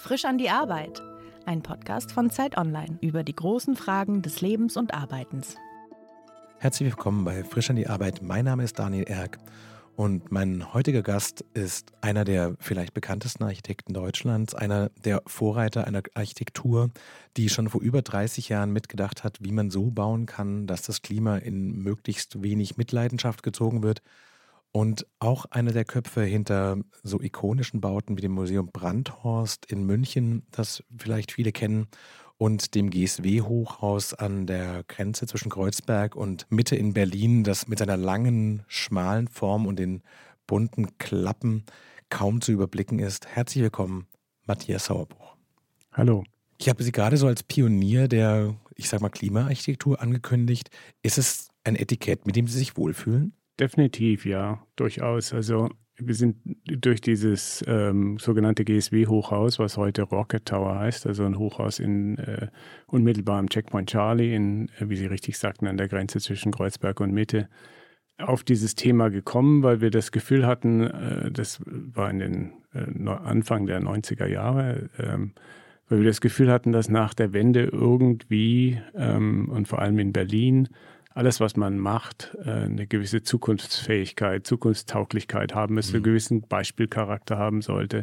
Frisch an die Arbeit. Ein Podcast von Zeit Online über die großen Fragen des Lebens und Arbeitens. Herzlich willkommen bei Frisch an die Arbeit. Mein Name ist Daniel Erck und mein heutiger Gast ist einer der vielleicht bekanntesten Architekten Deutschlands, einer der Vorreiter einer Architektur, die schon vor über 30 Jahren mitgedacht hat, wie man so bauen kann, dass das Klima in möglichst wenig Mitleidenschaft gezogen wird. Und auch einer der Köpfe hinter so ikonischen Bauten wie dem Museum Brandhorst in München, das vielleicht viele kennen, und dem GSW-Hochhaus an der Grenze zwischen Kreuzberg und Mitte in Berlin, das mit seiner langen, schmalen Form und den bunten Klappen kaum zu überblicken ist. Herzlich willkommen, Matthias Sauerbruch. Hallo. Ich habe Sie gerade so als Pionier der, ich sag mal, Klimaarchitektur angekündigt. Ist es ein Etikett, mit dem Sie sich wohlfühlen? Definitiv, ja, durchaus. Also wir sind durch dieses sogenannte GSW-Hochhaus, was heute Rocket Tower heißt, also ein Hochhaus unmittelbar am Checkpoint Charlie, wie Sie richtig sagten, an der Grenze zwischen Kreuzberg und Mitte, auf dieses Thema gekommen, weil wir das Gefühl hatten, das war in den Anfang der 90er Jahre, weil wir das Gefühl hatten, dass nach der Wende irgendwie und vor allem in Berlin alles, was man macht, eine gewisse Zukunftsfähigkeit, Zukunftstauglichkeit haben müsste, einen gewissen Beispielcharakter haben sollte.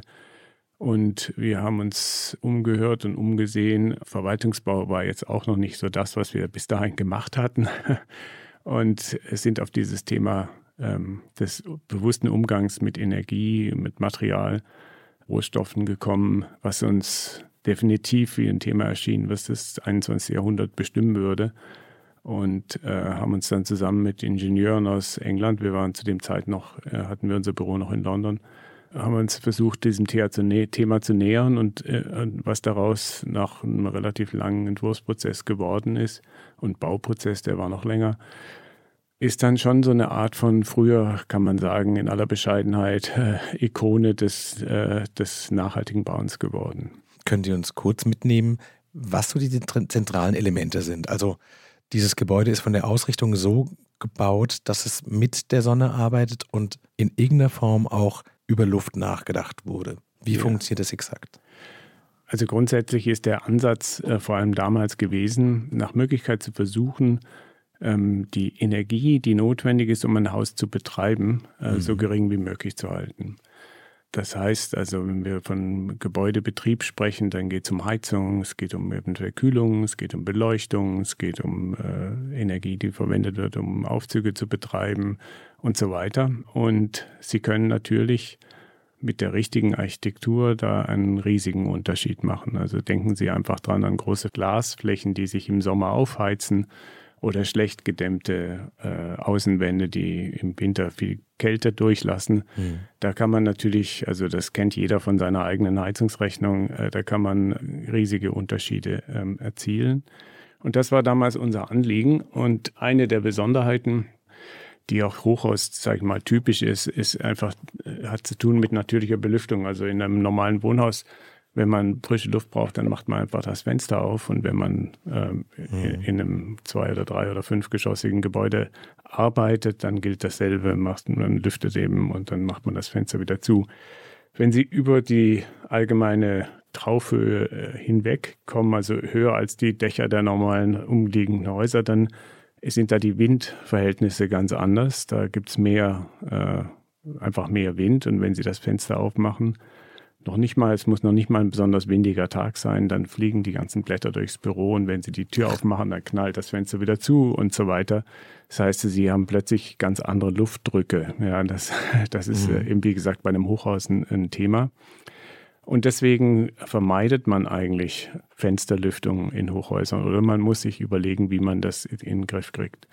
Und wir haben uns umgehört und umgesehen. Verwaltungsbau war jetzt auch noch nicht so das, was wir bis dahin gemacht hatten. Und sind auf dieses Thema des bewussten Umgangs mit Energie, mit Material, Rohstoffen gekommen, was uns definitiv wie ein Thema erschien, was das 21. Jahrhundert bestimmen würde. Und haben uns dann zusammen mit Ingenieuren aus England, wir waren zu dem Zeit noch, hatten wir unser Büro noch in London, haben uns versucht, diesem Thema zu nähern und was daraus nach einem relativ langen Entwurfsprozess geworden ist und Bauprozess, der war noch länger, ist dann schon so eine Art von, früher kann man sagen, in aller Bescheidenheit, Ikone des nachhaltigen Bauens geworden. Können Sie uns kurz mitnehmen, was so die zentralen Elemente sind? Also dieses Gebäude ist von der Ausrichtung so gebaut, dass es mit der Sonne arbeitet und in irgendeiner Form auch über Luft nachgedacht wurde. Wie funktioniert das exakt? Also grundsätzlich ist der Ansatz vor allem damals gewesen, nach Möglichkeit zu versuchen, die Energie, die notwendig ist, um ein Haus zu betreiben, so gering wie möglich zu halten. Das heißt, also wenn wir von Gebäudebetrieb sprechen, dann geht es um Heizung, es geht um eventuell Kühlung, es geht um Beleuchtung, es geht um Energie, die verwendet wird, um Aufzüge zu betreiben und so weiter. Und Sie können natürlich mit der richtigen Architektur da einen riesigen Unterschied machen. Also denken Sie einfach dran an große Glasflächen, die sich im Sommer aufheizen, oder schlecht gedämmte Außenwände, die im Winter viel Kälte durchlassen. Da kann man natürlich, also das kennt jeder von seiner eigenen Heizungsrechnung, da kann man riesige Unterschiede erzielen. Und das war damals unser Anliegen. Und eine der Besonderheiten, die auch Hochhaus, sage ich mal, typisch ist einfach, hat zu tun mit natürlicher Belüftung. Also in einem normalen Wohnhaus, wenn man frische Luft braucht, dann macht man einfach das Fenster auf. Und wenn man in einem 2- oder 3- oder 5-geschossigen Gebäude arbeitet, dann gilt dasselbe. Man lüftet eben und dann macht man das Fenster wieder zu. Wenn Sie über die allgemeine Traufhöhe hinwegkommen, also höher als die Dächer der normalen umliegenden Häuser, dann sind da die Windverhältnisse ganz anders. Da gibt es einfach mehr Wind. Und wenn Sie das Fenster aufmachen, es muss noch nicht mal ein besonders windiger Tag sein, dann fliegen die ganzen Blätter durchs Büro und wenn Sie die Tür aufmachen, dann knallt das Fenster wieder zu und so weiter. Das heißt, Sie haben plötzlich ganz andere Luftdrücke. Ja, das ist eben, wie gesagt, bei einem Hochhaus ein Thema. Und deswegen vermeidet man eigentlich Fensterlüftung in Hochhäusern oder man muss sich überlegen, wie man das in den Griff kriegt.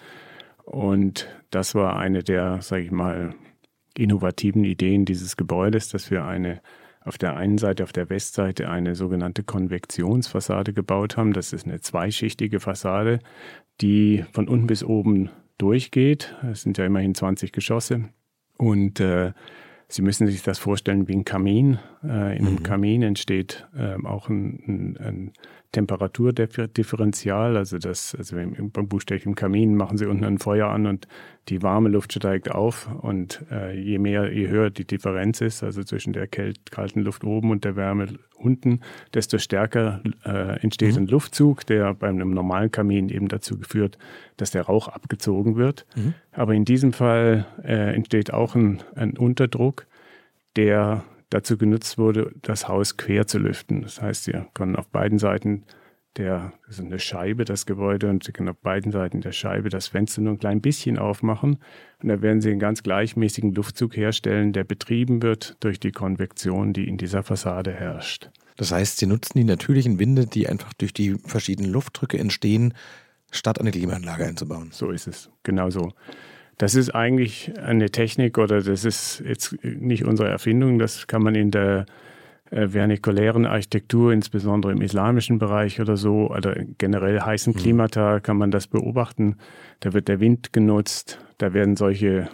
Und das war eine der, sage ich mal, innovativen Ideen dieses Gebäudes, dass wir auf der einen Seite, auf der Westseite, eine sogenannte Konvektionsfassade gebaut haben. Das ist eine zweischichtige Fassade, die von unten bis oben durchgeht. Es sind ja immerhin 20 Geschosse. Und Sie müssen sich das vorstellen wie ein Kamin. In einem Kamin entsteht auch ein Temperaturdifferential. Also beim buchstäblichen Kamin machen Sie unten ein Feuer an und Die warme Luft steigt auf und je höher die Differenz ist, also zwischen der kalten Luft oben und der Wärme unten, desto stärker entsteht ein Luftzug, der bei einem normalen Kamin eben dazu führt, dass der Rauch abgezogen wird. Aber in diesem Fall entsteht auch ein Unterdruck, der dazu genutzt wurde, das Haus quer zu lüften. Das heißt, Sie können auf beiden Seiten das ist eine Scheibe, das Gebäude, und Sie können auf beiden Seiten der Scheibe das Fenster nur ein klein bisschen aufmachen. Und da werden Sie einen ganz gleichmäßigen Luftzug herstellen, der betrieben wird durch die Konvektion, die in dieser Fassade herrscht. Das heißt, Sie nutzen die natürlichen Winde, die einfach durch die verschiedenen Luftdrücke entstehen, statt eine Klimaanlage einzubauen. So ist es, genau so. Das ist eigentlich eine Technik, oder das ist jetzt nicht unsere Erfindung, das kann man in der vernikulären Architektur, insbesondere im islamischen Bereich oder so, oder generell heißen Klimata kann man das beobachten. Da wird der Wind genutzt, da werden solche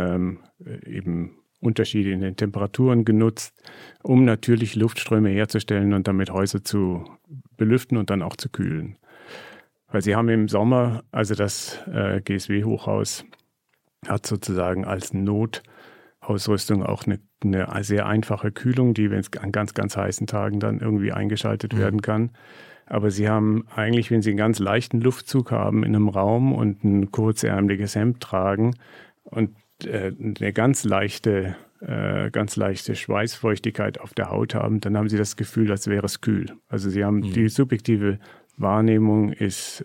eben Unterschiede in den Temperaturen genutzt, um natürlich Luftströme herzustellen und damit Häuser zu belüften und dann auch zu kühlen. Weil Sie haben im Sommer, also das GSW-Hochhaus hat sozusagen als Notausrüstung auch eine sehr einfache Kühlung, die, wenn es an ganz, ganz heißen Tagen dann irgendwie eingeschaltet werden kann. Aber Sie haben eigentlich, wenn Sie einen ganz leichten Luftzug haben in einem Raum und ein kurzärmeliges Hemd tragen und eine ganz leichte Schweißfeuchtigkeit auf der Haut haben, dann haben Sie das Gefühl, als wäre es kühl. Also Sie haben die subjektive Wahrnehmung ist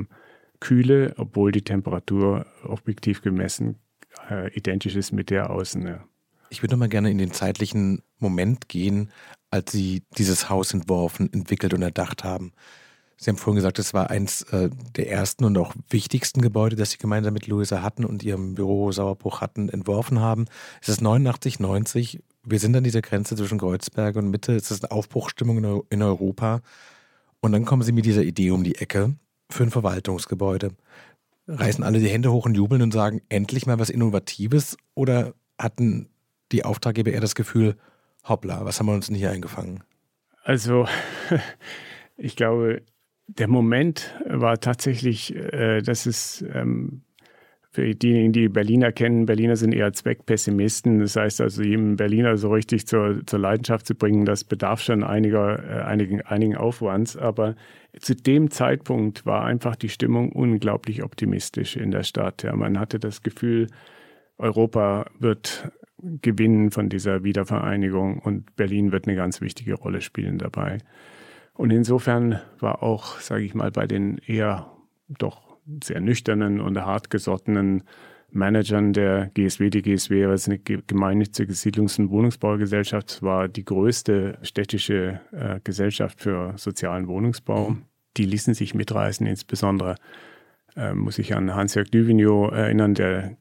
Kühle, obwohl die Temperatur objektiv gemessen identisch ist mit der außen. Ja. Ich würde noch mal gerne in den zeitlichen Moment gehen, als Sie dieses Haus entworfen, entwickelt und erdacht haben. Sie haben vorhin gesagt, es war eins der ersten und auch wichtigsten Gebäude, das Sie gemeinsam mit Luisa Hatten und Ihrem Büro Sauerbruch Hatten entworfen haben. Es ist 89, 90. Wir sind an dieser Grenze zwischen Kreuzberg und Mitte. Es ist eine Aufbruchsstimmung in Europa. Und dann kommen Sie mit dieser Idee um die Ecke für ein Verwaltungsgebäude. Reißen alle die Hände hoch und jubeln und sagen, endlich mal was Innovatives? Oder hatten die Auftraggeber eher das Gefühl, hoppla, was haben wir uns denn hier eingefangen? Also, ich glaube, der Moment war tatsächlich, dass es für diejenigen, die Berliner kennen, Berliner sind eher Zweckpessimisten. Das heißt also, jedem Berliner so richtig zur Leidenschaft zu bringen, das bedarf schon einigen Aufwands. Aber zu dem Zeitpunkt war einfach die Stimmung unglaublich optimistisch in der Stadt. Ja, man hatte das Gefühl, Europa wird gewinnen von dieser Wiedervereinigung und Berlin wird eine ganz wichtige Rolle spielen dabei. Und insofern war auch, sage ich mal, bei den eher doch sehr nüchternen und hartgesottenen Managern der GSW, die GSW, was eine gemeinnützige Siedlungs- und Wohnungsbaugesellschaft war, die größte städtische Gesellschaft für sozialen Wohnungsbau. Die ließen sich mitreißen, insbesondere muss ich an Hans-Jörg Duvigneau erinnern, der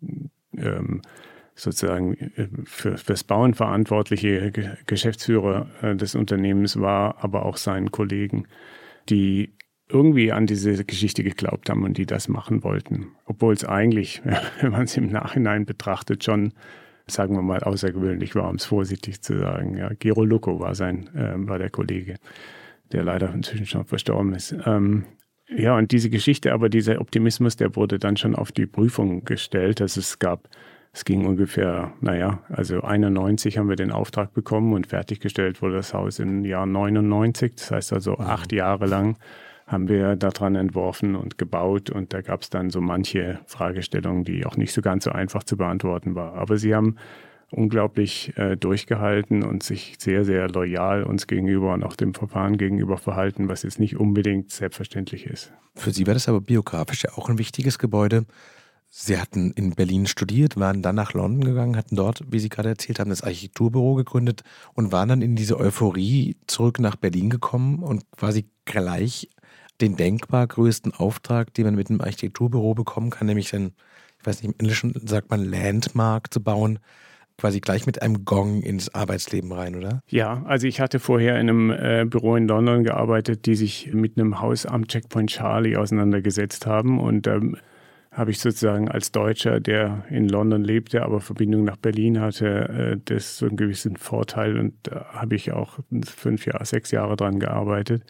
sozusagen fürs Bauen verantwortliche Geschäftsführer des Unternehmens war, aber auch seinen Kollegen, die irgendwie an diese Geschichte geglaubt haben und die das machen wollten. Obwohl es eigentlich, wenn man es im Nachhinein betrachtet, schon, sagen wir mal, außergewöhnlich war, um es vorsichtig zu sagen. Ja, Gero Lucco war der Kollege, der leider inzwischen schon verstorben ist. Ja, und diese Geschichte, aber dieser Optimismus, der wurde dann schon auf die Prüfung gestellt. Also es ging ungefähr, also 91 haben wir den Auftrag bekommen und fertiggestellt wurde das Haus im Jahr 99. Das heißt also 8 Jahre lang haben wir daran entworfen und gebaut und da gab es dann so manche Fragestellungen, die auch nicht so ganz so einfach zu beantworten war. Aber sie haben unglaublich durchgehalten und sich sehr, sehr loyal uns gegenüber und auch dem Verfahren gegenüber verhalten, was jetzt nicht unbedingt selbstverständlich ist. Für Sie war das aber biografisch ja auch ein wichtiges Gebäude. Sie hatten in Berlin studiert, waren dann nach London gegangen, hatten dort, wie Sie gerade erzählt haben, das Architekturbüro gegründet und waren dann in diese Euphorie zurück nach Berlin gekommen und quasi gleich den denkbar größten Auftrag, den man mit einem Architekturbüro bekommen kann, nämlich ich weiß nicht, im Englischen sagt man Landmark zu bauen, quasi gleich mit einem Gong ins Arbeitsleben rein, oder? Ja, also ich hatte vorher in einem Büro in London gearbeitet, die sich mit einem Haus am Checkpoint Charlie auseinandergesetzt haben und habe ich sozusagen als Deutscher, der in London lebte, aber Verbindung nach Berlin hatte, das so einen gewissen Vorteil und da habe ich auch 6 Jahre dran gearbeitet.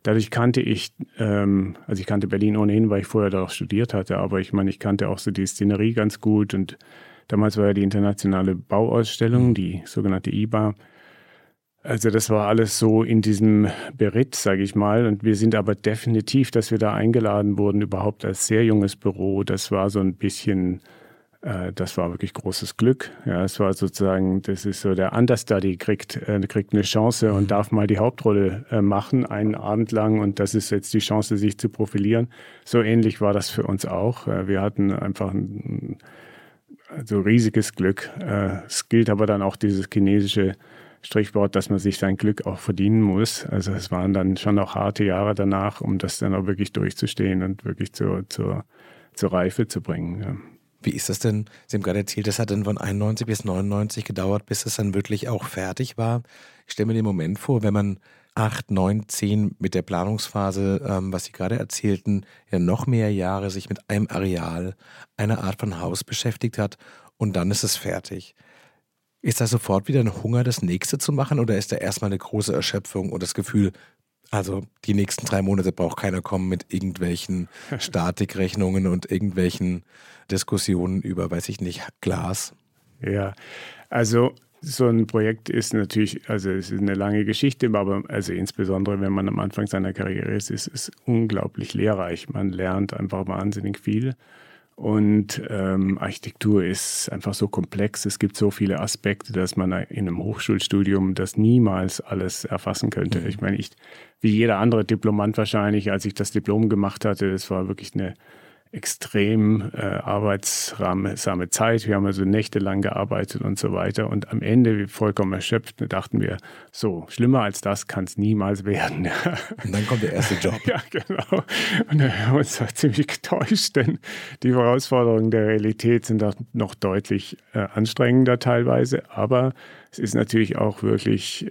Dadurch kannte ich Berlin ohnehin, weil ich vorher da auch studiert hatte, aber ich kannte auch so die Szenerie ganz gut und damals war ja die internationale Bauausstellung, die sogenannte IBA. Also das war alles so in diesem Beritt, sage ich mal. Und wir sind aber definitiv, dass wir da eingeladen wurden, überhaupt als sehr junges Büro. Das war so ein bisschen, das war wirklich großes Glück. Ja, es war sozusagen, das ist so der Understudy kriegt eine Chance und darf mal die Hauptrolle machen, einen Abend lang. Und das ist jetzt die Chance, sich zu profilieren. So ähnlich war das für uns auch. Wir hatten einfach also riesiges Glück. Es gilt aber dann auch dieses chinesische Strichwort, dass man sich sein Glück auch verdienen muss. Also es waren dann schon auch harte Jahre danach, um das dann auch wirklich durchzustehen und wirklich zur Reife zu bringen. Ja. Wie ist das denn? Sie haben gerade erzählt, das hat dann von 91 bis 99 gedauert, bis es dann wirklich auch fertig war. Ich stelle mir den Moment vor, wenn man 8, 9, 10 mit der Planungsphase, was Sie gerade erzählten, ja noch mehr Jahre sich mit einem Areal, einer Art von Haus beschäftigt hat und dann ist es fertig. Ist da sofort wieder ein Hunger, das Nächste zu machen oder ist da erstmal eine große Erschöpfung und das Gefühl, also die nächsten 3 Monate braucht keiner kommen mit irgendwelchen Statikrechnungen und irgendwelchen Diskussionen über, weiß ich nicht, Glas? Ja, also so ein Projekt ist natürlich, also es ist eine lange Geschichte, aber also insbesondere, wenn man am Anfang seiner Karriere ist es unglaublich lehrreich. Man lernt einfach wahnsinnig viel. Und Architektur ist einfach so komplex. Es gibt so viele Aspekte, dass man in einem Hochschulstudium das niemals alles erfassen könnte. Ich meine, wie jeder andere Diplomant wahrscheinlich, als ich das Diplom gemacht hatte, es war wirklich eine extrem arbeitssame Zeit. Wir haben also nächtelang gearbeitet und so weiter. Und am Ende, vollkommen erschöpft, dachten wir, so, schlimmer als das kann es niemals werden. Und dann kommt der erste Job. Ja, genau. Und wir haben uns ziemlich getäuscht, denn die Herausforderungen der Realität sind auch noch deutlich anstrengender teilweise. Aber es ist natürlich auch wirklich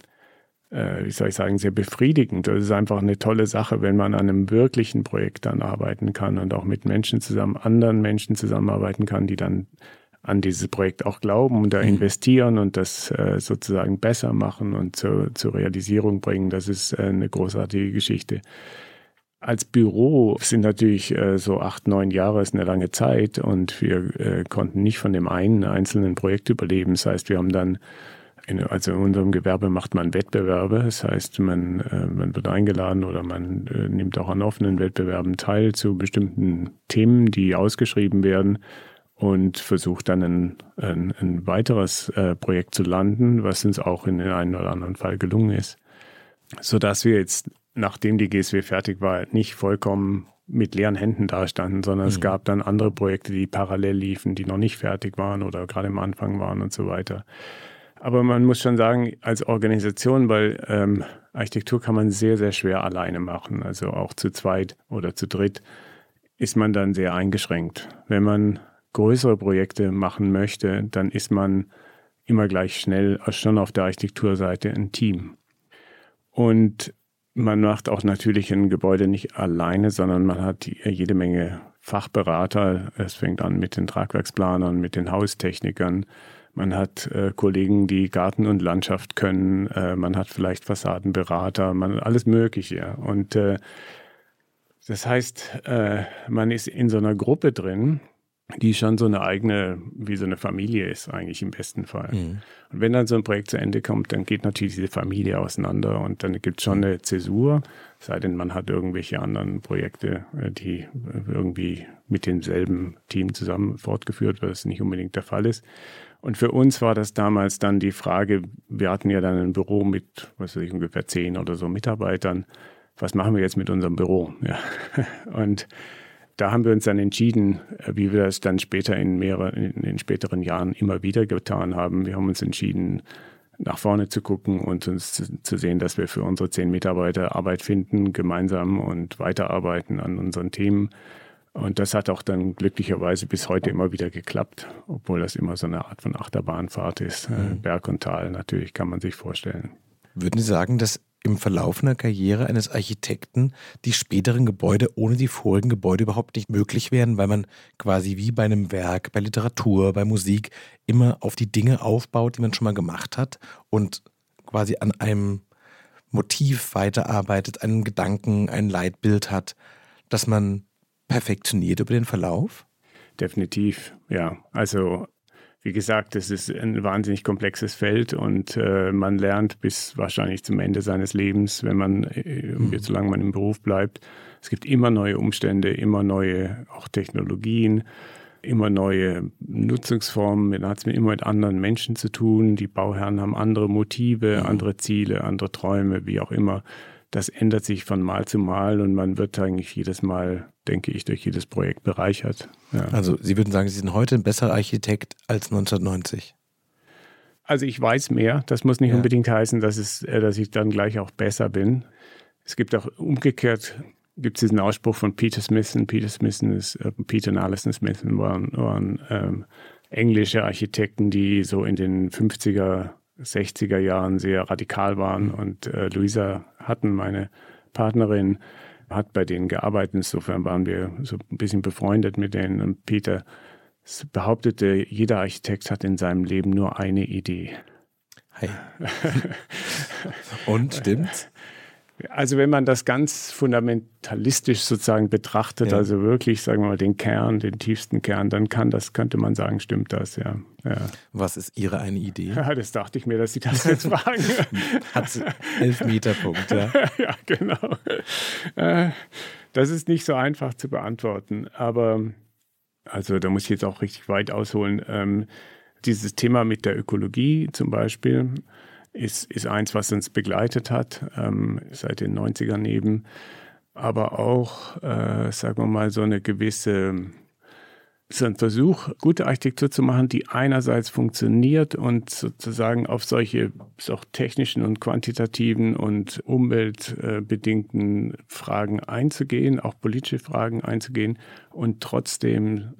sehr befriedigend. Das ist einfach eine tolle Sache, wenn man an einem wirklichen Projekt dann arbeiten kann und auch mit anderen Menschen zusammenarbeiten kann, die dann an dieses Projekt auch glauben und da investieren und das sozusagen besser machen und zur Realisierung bringen. Das ist eine großartige Geschichte. Als Büro sind natürlich so 8, 9 Jahre ist eine lange Zeit und wir konnten nicht von dem einen einzelnen Projekt überleben. Das heißt, wir haben dann in unserem Gewerbe macht man Wettbewerbe, das heißt, man wird eingeladen oder man nimmt auch an offenen Wettbewerben teil zu bestimmten Themen, die ausgeschrieben werden und versucht dann ein weiteres Projekt zu landen, was uns auch in dem einen oder anderen Fall gelungen ist. Sodass wir jetzt, nachdem die GSW fertig war, nicht vollkommen mit leeren Händen dastanden, sondern es gab dann andere Projekte, die parallel liefen, die noch nicht fertig waren oder gerade am Anfang waren und so weiter. Aber man muss schon sagen, als Organisation, weil Architektur kann man sehr, sehr schwer alleine machen. Also auch zu zweit oder zu dritt ist man dann sehr eingeschränkt. Wenn man größere Projekte machen möchte, dann ist man immer gleich schnell schon auf der Architekturseite ein Team. Und man macht auch natürlich ein Gebäude nicht alleine, sondern man hat jede Menge Fachberater. Es fängt an mit den Tragwerksplanern, mit den Haustechnikern. Man hat Kollegen, die Garten und Landschaft können. Man hat vielleicht Fassadenberater, alles Mögliche. Und das heißt, man ist in so einer Gruppe drin, die schon so eine eigene, wie so eine Familie ist eigentlich im besten Fall. Und wenn dann so ein Projekt zu Ende kommt, dann geht natürlich diese Familie auseinander und dann gibt es schon eine Zäsur, sei denn man hat irgendwelche anderen Projekte, die irgendwie mit demselben Team zusammen fortgeführt wird, was nicht unbedingt der Fall ist. Und für uns war das damals dann die Frage, wir hatten ja dann ein Büro mit, ungefähr 10 oder so Mitarbeitern. Was machen wir jetzt mit unserem Büro? Ja. Und da haben wir uns dann entschieden, wie wir das dann später in den späteren Jahren immer wieder getan haben. Wir haben uns entschieden, nach vorne zu gucken und uns zu sehen, dass wir für unsere 10 Mitarbeiter Arbeit finden, gemeinsam und weiterarbeiten an unseren Themen. Und das hat auch dann glücklicherweise bis heute immer wieder geklappt, obwohl das immer so eine Art von Achterbahnfahrt ist. Berg und Tal natürlich, kann man sich vorstellen. Würden Sie sagen, dass im Verlauf einer Karriere eines Architekten die späteren Gebäude ohne die vorigen Gebäude überhaupt nicht möglich wären, weil man quasi wie bei einem Werk, bei Literatur, bei Musik immer auf die Dinge aufbaut, die man schon mal gemacht hat und quasi an einem Motiv weiterarbeitet, einen Gedanken, ein Leitbild hat, dass man perfektioniert über den Verlauf? Definitiv, ja. Also wie gesagt, es ist ein wahnsinnig komplexes Feld und man lernt bis wahrscheinlich zum Ende seines Lebens, wenn man, solange man im Beruf bleibt. Es gibt immer neue Umstände, immer neue auch Technologien, immer neue Nutzungsformen. Man hat es immer mit anderen Menschen zu tun. Die Bauherren haben andere Motive, andere Ziele, andere Träume, wie auch immer. Das ändert sich von Mal zu Mal und man wird eigentlich jedes Mal, denke ich, durch jedes Projekt bereichert. Ja. Also Sie würden sagen, Sie sind heute ein besserer Architekt als 1990? Also ich weiß mehr. Das muss nicht unbedingt heißen, dass ich dann gleich auch besser bin. Es gibt auch umgekehrt, gibt es diesen Ausspruch von Peter Smith. Peter und Alison Smith waren englische Architekten, die so in den 50er, 60er Jahren sehr radikal waren. Und Luisa Hutton, meine Partnerin, hat bei denen gearbeitet. Insofern waren wir so ein bisschen befreundet mit denen. Und Peter behauptete, jeder Architekt hat in seinem Leben nur eine Idee. Hey. Und stimmt's? Also wenn man das ganz fundamentalistisch sozusagen betrachtet, also wirklich, sagen wir mal, den Kern, den tiefsten Kern, dann könnte man sagen, stimmt das, ja. Was ist Ihre eine Idee? Ja, das dachte ich mir, dass Sie das jetzt fragen. Hat 11 Meterpunkt, ja. Ja, genau. Das ist nicht so einfach zu beantworten, aber also da muss ich jetzt auch richtig weit ausholen. Dieses Thema mit der Ökologie zum Beispiel ist eins, was uns begleitet hat, seit den 90ern eben, aber auch, sagen wir mal, so ein Versuch, gute Architektur zu machen, die einerseits funktioniert und sozusagen auf solche auch technischen und quantitativen und umweltbedingten Fragen einzugehen, auch politische Fragen einzugehen und trotzdem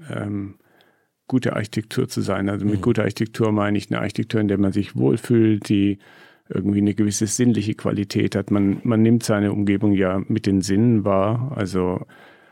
gute Architektur zu sein. Also mit guter Architektur meine ich eine Architektur, in der man sich wohlfühlt, die irgendwie eine gewisse sinnliche Qualität hat. Man nimmt seine Umgebung ja mit den Sinnen wahr. Also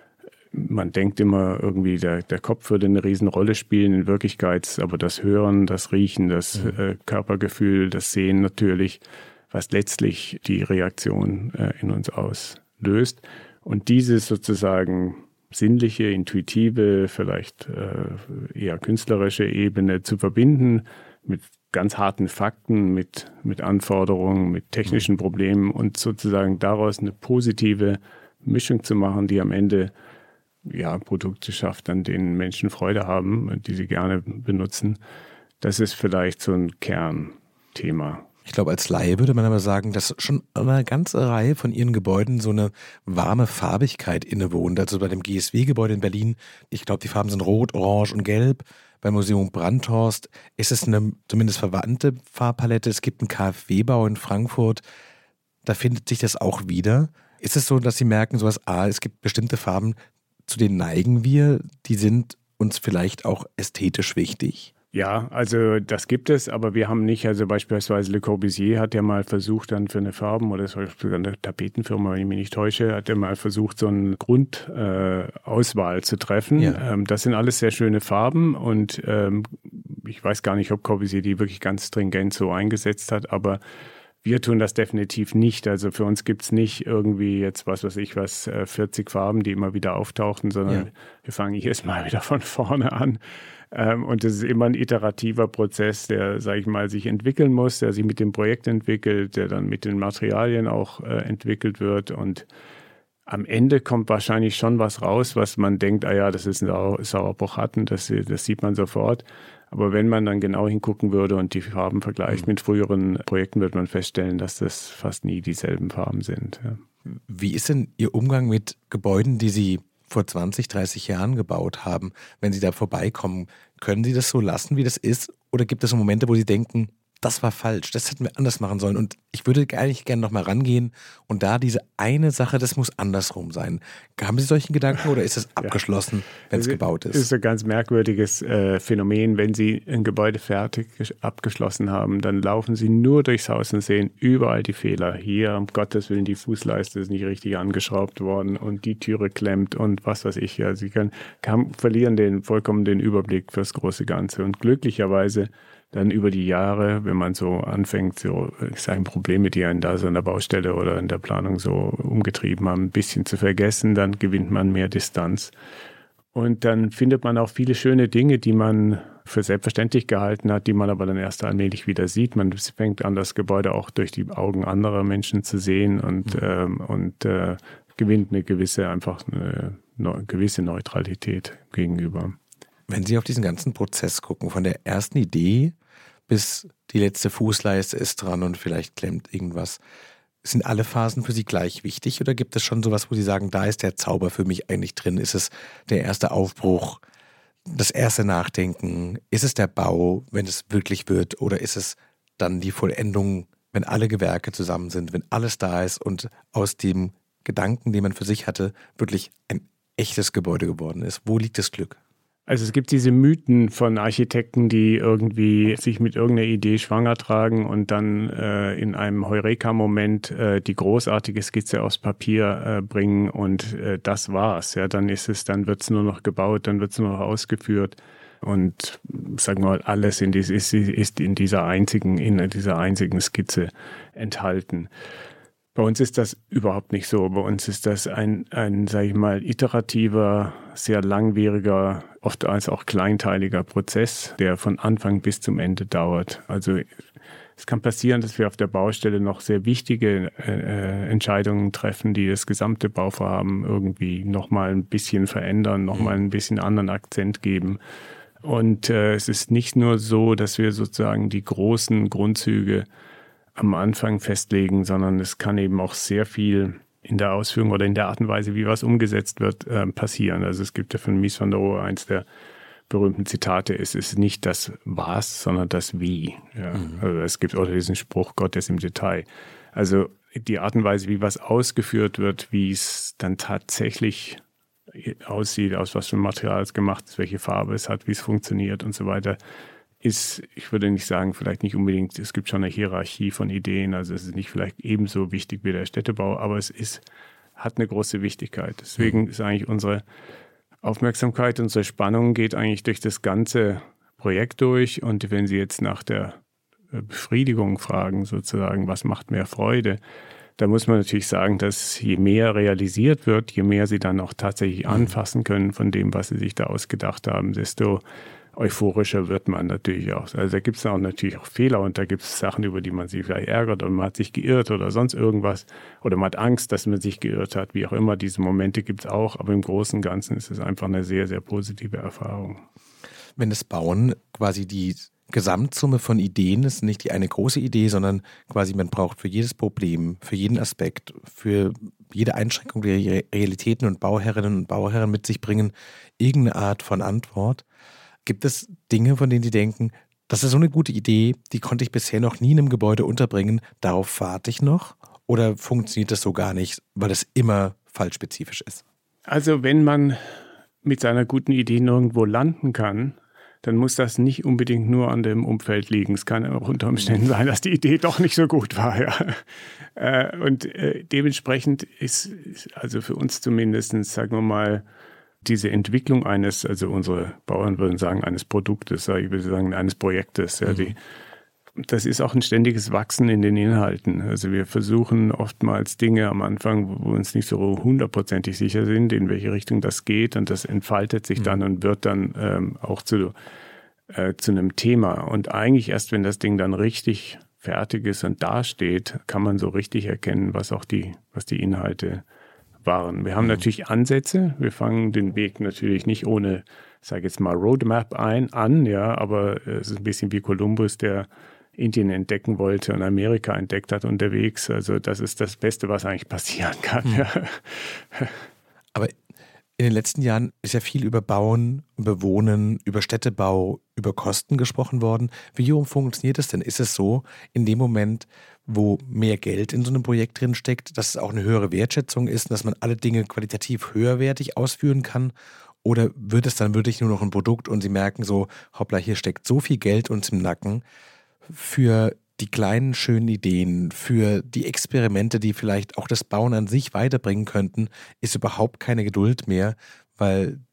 man denkt immer irgendwie, der Kopf würde eine Riesenrolle spielen. In Wirklichkeit aber das Hören, das Riechen, das Körpergefühl, das Sehen natürlich, was letztlich die Reaktion in uns auslöst. Und dieses sozusagen sinnliche, intuitive, vielleicht eher künstlerische Ebene zu verbinden mit ganz harten Fakten, mit Anforderungen, mit technischen Problemen und sozusagen daraus eine positive Mischung zu machen, die am Ende Produkte schafft, an denen Menschen Freude haben und die sie gerne benutzen. Das ist vielleicht so ein Kernthema. Ich glaube, als Laie würde man aber sagen, dass schon eine ganze Reihe von ihren Gebäuden so eine warme Farbigkeit innewohnt. Also bei dem GSW-Gebäude in Berlin, ich glaube, die Farben sind rot, orange und gelb. Beim Museum Brandhorst ist es eine zumindest verwandte Farbpalette. Es gibt einen KfW-Bau in Frankfurt. Da findet sich das auch wieder. Ist es so, dass Sie merken, es gibt bestimmte Farben, zu denen neigen wir, die sind uns vielleicht auch ästhetisch wichtig? Ja, also das gibt es, aber wir haben nicht, also beispielsweise Le Corbusier hat ja mal versucht dann für eine Farben, oder es war sogar eine Tapetenfirma, wenn ich mich nicht täusche, hat ja mal versucht, so eine Grundauswahl zu treffen. Ja. Das sind alles sehr schöne Farben und ich weiß gar nicht, ob Corbusier die wirklich ganz stringent so eingesetzt hat, aber wir tun das definitiv nicht. Also für uns gibt es nicht irgendwie jetzt 40 Farben, die immer wieder auftauchen, sondern wir fangen jedes Mal wieder von vorne an. Und es ist immer ein iterativer Prozess, der, sage ich mal, sich entwickeln muss, der sich mit dem Projekt entwickelt, der dann mit den Materialien auch entwickelt wird. Und am Ende kommt wahrscheinlich schon was raus, was man denkt, das ist ein Sauerbruch-Hatten, das sieht man sofort. Aber wenn man dann genau hingucken würde und die Farben vergleicht mit früheren Projekten, wird man feststellen, dass das fast nie dieselben Farben sind. Ja. Wie ist denn Ihr Umgang mit Gebäuden, die Sie vor 20, 30 Jahren gebaut haben? Wenn Sie da vorbeikommen, können Sie das so lassen, wie das ist? Oder gibt es so Momente, wo Sie denken, das war falsch, das hätten wir anders machen sollen und ich würde eigentlich gerne nochmal rangehen und da diese eine Sache, das muss andersrum sein. Haben Sie solchen Gedanken oder ist es abgeschlossen, wenn es gebaut ist? Das ist ein ganz merkwürdiges Phänomen. Wenn Sie ein Gebäude fertig abgeschlossen haben, dann laufen Sie nur durchs Haus und sehen überall die Fehler. Hier, um Gottes Willen, die Fußleiste ist nicht richtig angeschraubt worden und die Türe klemmt und was weiß ich. Ja, Sie verlieren vollkommen den Überblick fürs große Ganze und glücklicherweise dann über die Jahre, wenn man so anfängt, so, ich sage, Probleme, die einen da so an der Baustelle oder in der Planung so umgetrieben haben, ein bisschen zu vergessen, dann gewinnt man mehr Distanz. Und dann findet man auch viele schöne Dinge, die man für selbstverständlich gehalten hat, die man aber dann erst allmählich wieder sieht. Man fängt an, das Gebäude auch durch die Augen anderer Menschen zu sehen und gewinnt eine gewisse Neutralität gegenüber. Wenn Sie auf diesen ganzen Prozess gucken, von der ersten Idee bis die letzte Fußleiste ist dran und vielleicht klemmt irgendwas, sind alle Phasen für Sie gleich wichtig oder gibt es schon sowas, wo Sie sagen, da ist der Zauber für mich eigentlich drin? Ist es der erste Aufbruch, das erste Nachdenken? Ist es der Bau, wenn es wirklich wird? Oder ist es dann die Vollendung, wenn alle Gewerke zusammen sind, wenn alles da ist und aus dem Gedanken, den man für sich hatte, wirklich ein echtes Gebäude geworden ist? Wo liegt das Glück? Also es gibt diese Mythen von Architekten, die irgendwie sich mit irgendeiner Idee schwanger tragen und dann in einem Heureka-Moment die großartige Skizze aufs Papier bringen und das war's. Ja, dann wird es nur noch gebaut, dann wird es nur noch ausgeführt und sagen wir mal, alles ist in dieser einzigen Skizze enthalten. Bei uns ist das überhaupt nicht so. Bei uns ist das ein sage ich mal, iterativer, sehr langwieriger, oft als auch kleinteiliger Prozess, der von Anfang bis zum Ende dauert. Also es kann passieren, dass wir auf der Baustelle noch sehr wichtige Entscheidungen treffen, die das gesamte Bauvorhaben irgendwie nochmal ein bisschen verändern, nochmal ein bisschen anderen Akzent geben. Und es ist nicht nur so, dass wir sozusagen die großen Grundzüge am Anfang festlegen, sondern es kann eben auch sehr viel in der Ausführung oder in der Art und Weise, wie was umgesetzt wird, passieren. Also es gibt ja von Mies van der Rohe eins der berühmten Zitate, es ist nicht das Was, sondern das Wie. Ja. Also es gibt auch diesen Spruch, Gott ist im Detail. Also die Art und Weise, wie was ausgeführt wird, wie es dann tatsächlich aussieht, aus was für Material es gemacht ist, welche Farbe es hat, wie es funktioniert und so weiter, ist, ich würde nicht sagen, vielleicht nicht unbedingt, es gibt schon eine Hierarchie von Ideen, also es ist nicht vielleicht ebenso wichtig wie der Städtebau, aber hat eine große Wichtigkeit. Deswegen ist eigentlich unsere Aufmerksamkeit, unsere Spannung geht eigentlich durch das ganze Projekt durch und wenn Sie jetzt nach der Befriedigung fragen, sozusagen, was macht mehr Freude, da muss man natürlich sagen, dass je mehr realisiert wird, je mehr Sie dann auch tatsächlich anfassen können von dem, was Sie sich da ausgedacht haben, desto euphorischer wird man natürlich auch. Also da gibt es auch natürlich auch Fehler und da gibt es Sachen, über die man sich vielleicht ärgert und man hat sich geirrt oder sonst irgendwas oder man hat Angst, dass man sich geirrt hat, wie auch immer. Diese Momente gibt es auch, aber im Großen und Ganzen ist es einfach eine sehr, sehr positive Erfahrung. Wenn das Bauen quasi die Gesamtsumme von Ideen ist, nicht die eine große Idee, sondern quasi man braucht für jedes Problem, für jeden Aspekt, für jede Einschränkung, die Realitäten und Bauherrinnen und Bauherren mit sich bringen, irgendeine Art von Antwort. Gibt es Dinge, von denen Sie denken, das ist so eine gute Idee, die konnte ich bisher noch nie in einem Gebäude unterbringen, darauf warte ich noch? Oder funktioniert das so gar nicht, weil es immer fallspezifisch ist? Also wenn man mit seiner guten Idee nirgendwo landen kann, dann muss das nicht unbedingt nur an dem Umfeld liegen. Es kann auch unter Umständen sein, dass die Idee doch nicht so gut war. Ja. Und dementsprechend ist also für uns zumindest, sagen wir mal, diese Entwicklung also unsere Bauern würden sagen, eines Produktes, ich würde sagen, eines Projektes, ja, das ist auch ein ständiges Wachsen in den Inhalten. Also wir versuchen oftmals Dinge am Anfang, wo wir uns nicht so hundertprozentig sicher sind, in welche Richtung das geht und das entfaltet sich dann und wird dann auch zu einem Thema. Und eigentlich erst, wenn das Ding dann richtig fertig ist und dasteht, kann man so richtig erkennen, was die Inhalte waren. Wir haben natürlich Ansätze. Wir fangen den Weg natürlich nicht ohne, sage jetzt mal, Roadmap an, ja, aber es ist ein bisschen wie Kolumbus, der Indien entdecken wollte und Amerika entdeckt hat unterwegs. Also das ist das Beste, was eigentlich passieren kann. Ja. Aber in den letzten Jahren ist ja viel über Bauen, über Wohnen, über Städtebau, über Kosten gesprochen worden. Wie funktioniert das denn? Ist es so, in dem Moment, wo mehr Geld in so einem Projekt drin steckt, dass es auch eine höhere Wertschätzung ist und dass man alle Dinge qualitativ höherwertig ausführen kann? Oder wird es dann wirklich nur noch ein Produkt und Sie merken so, hoppla, hier steckt so viel Geld uns im Nacken für die kleinen, schönen Ideen, für die Experimente, die vielleicht auch das Bauen an sich weiterbringen könnten, ist überhaupt keine Geduld mehr, weil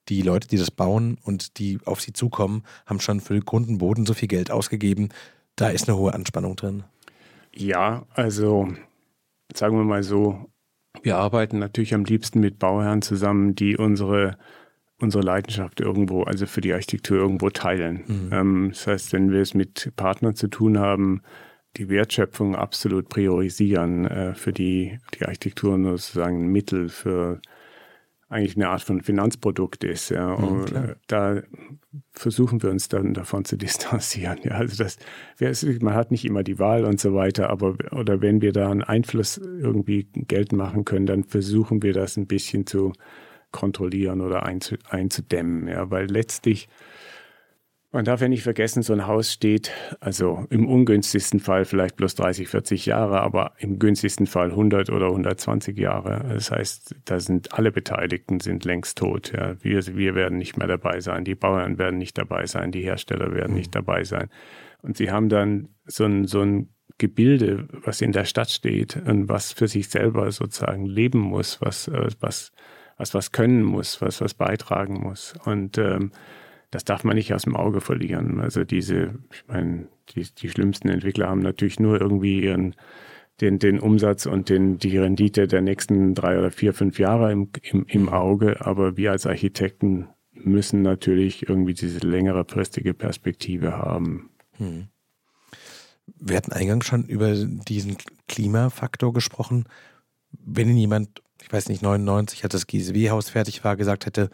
die Leute, die das bauen und die auf sie zukommen, haben schon für Grund und Boden so viel Geld ausgegeben. Da ist eine hohe Anspannung drin. Ja, also sagen wir mal so, wir arbeiten natürlich am liebsten mit Bauherren zusammen, die unsere Leidenschaft irgendwo, also für die Architektur irgendwo teilen. Das heißt, wenn wir es mit Partnern zu tun haben, die Wertschöpfung absolut priorisieren, für die Architektur sozusagen ein Mittel für eigentlich eine Art von Finanzprodukt ist. Ja. Und da versuchen wir uns dann davon zu distanzieren. Ja. Also man hat nicht immer die Wahl und so weiter, oder wenn wir da einen Einfluss irgendwie geltend machen können, dann versuchen wir das ein bisschen zu kontrollieren oder einzudämmen. Ja. Weil letztlich, man darf ja nicht vergessen, so ein Haus steht, also im ungünstigsten Fall vielleicht bloß 30, 40 Jahre, aber im günstigsten Fall 100 oder 120 Jahre. Das heißt, da sind alle Beteiligten sind längst tot. Ja. Wir werden nicht mehr dabei sein, die Bauern werden nicht dabei sein, die Hersteller werden nicht dabei sein. Und sie haben dann so ein Gebilde, was in der Stadt steht und was für sich selber sozusagen leben muss, was können muss, was beitragen muss. Und das darf man nicht aus dem Auge verlieren. Also die schlimmsten Entwickler haben natürlich nur irgendwie den Umsatz und die Rendite der nächsten 3 oder 4, 5 Jahre im Auge. Aber wir als Architekten müssen natürlich irgendwie diese längerefristige Perspektive haben. Wir hatten eingangs schon über diesen Klimafaktor gesprochen. Wenn jemand, ich weiß nicht, 99, als das GSW-Haus fertig war, gesagt hätte,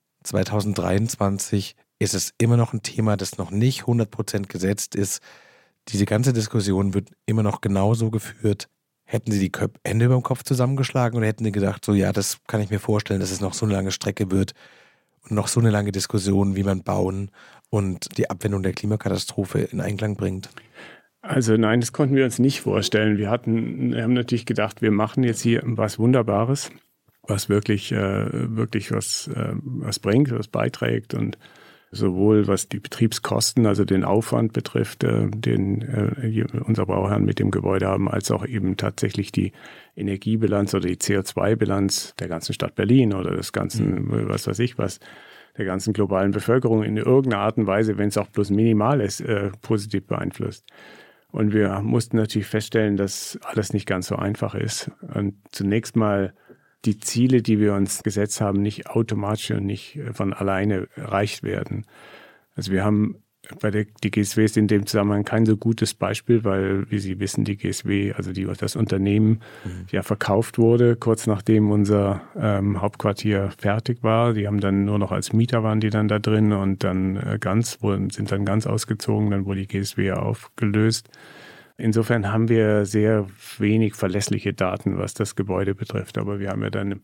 2023 ist es immer noch ein Thema, das noch nicht 100% gesetzt ist. Diese ganze Diskussion wird immer noch genauso geführt. Hätten Sie die Hände über dem Kopf zusammengeschlagen oder hätten Sie gedacht, so ja, das kann ich mir vorstellen, dass es noch so eine lange Strecke wird und noch so eine lange Diskussion, wie man bauen und die Abwendung der Klimakatastrophe in Einklang bringt? Also nein, das konnten wir uns nicht vorstellen. Wir haben natürlich gedacht, wir machen jetzt hier was Wunderbares, was wirklich was bringt, was beiträgt und sowohl was die Betriebskosten, also den Aufwand betrifft, den unser Bauherren mit dem Gebäude haben, als auch eben tatsächlich die Energiebilanz oder die CO2-Bilanz der ganzen Stadt Berlin oder des ganzen, der ganzen globalen Bevölkerung in irgendeiner Art und Weise, wenn es auch bloß minimal ist, positiv beeinflusst. Und wir mussten natürlich feststellen, dass alles nicht ganz so einfach ist. Und zunächst mal die Ziele, die wir uns gesetzt haben, nicht automatisch und nicht von alleine erreicht werden. Also wir haben die GSW ist in dem Zusammenhang kein so gutes Beispiel, weil, wie Sie wissen, die GSW, also das Unternehmen, ja verkauft wurde, kurz nachdem unser Hauptquartier fertig war. Die haben dann nur noch als Mieter waren die dann da drin und dann sind dann ganz ausgezogen, dann wurde die GSW aufgelöst. Insofern haben wir sehr wenig verlässliche Daten, was das Gebäude betrifft. Aber wir haben ja dann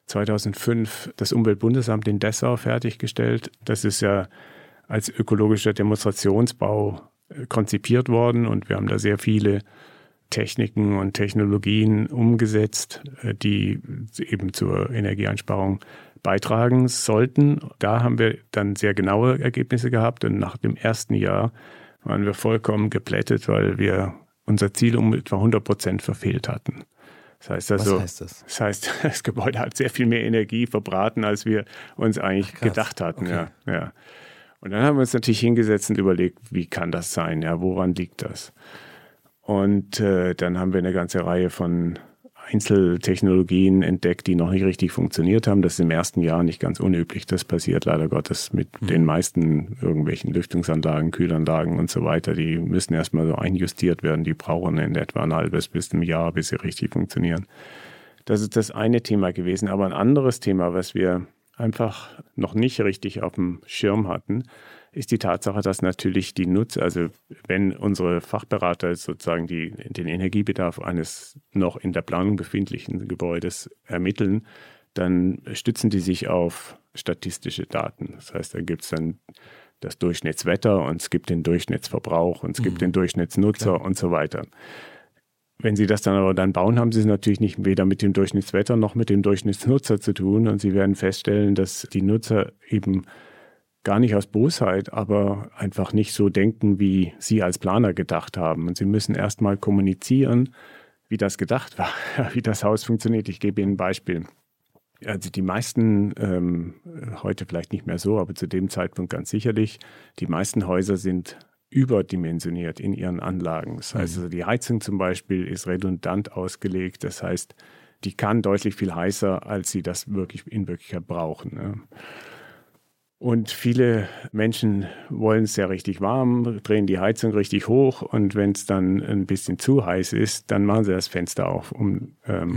2005 das Umweltbundesamt in Dessau fertiggestellt. Das ist ja als ökologischer Demonstrationsbau konzipiert worden und wir haben da sehr viele Techniken und Technologien umgesetzt, die eben zur Energieeinsparung beitragen sollten. Da haben wir dann sehr genaue Ergebnisse gehabt und nach dem ersten Jahr waren wir vollkommen geplättet, weil wir unser Ziel um etwa 100% verfehlt hatten. Das heißt also, was heißt das? Das heißt, das Gebäude hat sehr viel mehr Energie verbraten, als wir uns eigentlich gedacht hatten. Okay. Ja. Und dann haben wir uns natürlich hingesetzt und überlegt, wie kann das sein? Ja, woran liegt das? Und dann haben wir eine ganze Reihe von Einzeltechnologien entdeckt, die noch nicht richtig funktioniert haben. Das ist im ersten Jahr nicht ganz unüblich. Das passiert leider Gottes mit den meisten irgendwelchen Lüftungsanlagen, Kühlanlagen und so weiter. Die müssen erstmal so einjustiert werden. Die brauchen in etwa ein halbes bis ein Jahr, bis sie richtig funktionieren. Das ist das eine Thema gewesen. Aber ein anderes Thema, was wir einfach noch nicht richtig auf dem Schirm hatten, ist die Tatsache, dass natürlich die Nutzer, also wenn unsere Fachberater sozusagen den Energiebedarf eines noch in der Planung befindlichen Gebäudes ermitteln, dann stützen die sich auf statistische Daten. Das heißt, da gibt es dann das Durchschnittswetter und es gibt den Durchschnittsverbrauch und es gibt den Durchschnittsnutzer und so weiter. Wenn Sie das dann aber bauen, haben Sie es natürlich nicht weder mit dem Durchschnittswetter noch mit dem Durchschnittsnutzer zu tun und Sie werden feststellen, dass die Nutzer eben gar nicht aus Bosheit, aber einfach nicht so denken, wie Sie als Planer gedacht haben. Und Sie müssen erst mal kommunizieren, wie das gedacht war, wie das Haus funktioniert. Ich gebe Ihnen ein Beispiel. Also die meisten, heute vielleicht nicht mehr so, aber zu dem Zeitpunkt ganz sicherlich, die meisten Häuser sind überdimensioniert in ihren Anlagen. Das heißt, also die Heizung zum Beispiel ist redundant ausgelegt. Das heißt, die kann deutlich viel heißer, als sie das wirklich in Wirklichkeit brauchen. Ne? Und viele Menschen wollen es ja richtig warm, drehen die Heizung richtig hoch und wenn es dann ein bisschen zu heiß ist, dann machen sie das Fenster auf, um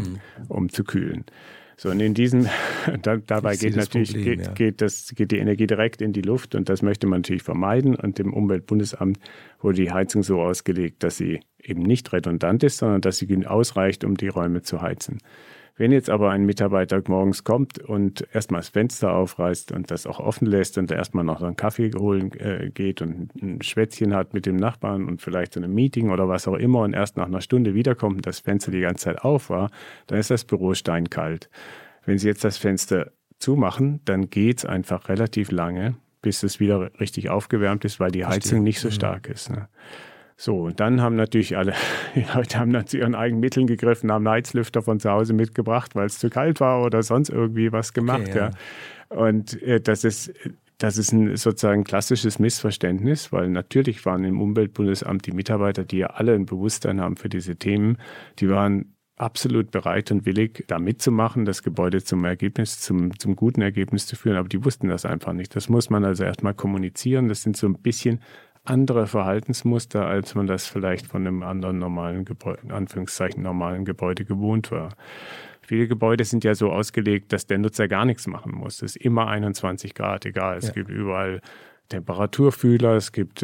zu kühlen. So, und in diesem, dabei geht natürlich geht die Energie direkt in die Luft und das möchte man natürlich vermeiden. Und im Umweltbundesamt wurde die Heizung so ausgelegt, dass sie eben nicht redundant ist, sondern dass sie ausreicht, um die Räume zu heizen. Wenn jetzt aber ein Mitarbeiter morgens kommt und erstmal das Fenster aufreißt und das auch offen lässt und erstmal noch einen Kaffee holen geht und ein Schwätzchen hat mit dem Nachbarn und vielleicht so ein Meeting oder was auch immer und erst nach einer Stunde wiederkommt und das Fenster die ganze Zeit auf war, dann ist das Büro steinkalt. Wenn Sie jetzt das Fenster zumachen, dann geht es einfach relativ lange, bis es wieder richtig aufgewärmt ist, weil die Heizung nicht so stark ist. Ne? So, und dann haben natürlich alle, die Leute haben dann zu ihren eigenen Mitteln gegriffen, haben einen Heizlüfter von zu Hause mitgebracht, weil es zu kalt war oder sonst irgendwie was gemacht. Okay, ja. Und das ist ein sozusagen klassisches Missverständnis, weil natürlich waren im Umweltbundesamt die Mitarbeiter, die ja alle ein Bewusstsein haben für diese Themen, die waren absolut bereit und willig, da mitzumachen, das Gebäude zum guten Ergebnis zu führen, aber die wussten das einfach nicht. Das muss man also erstmal kommunizieren. Das sind so ein bisschen andere Verhaltensmuster, als man das vielleicht von einem anderen normalen Gebäude, in Anführungszeichen normalen Gebäude gewohnt war. Viele Gebäude sind ja so ausgelegt, dass der Nutzer gar nichts machen muss. Es ist immer 21 Grad, egal. Es gibt überall Temperaturfühler, es gibt,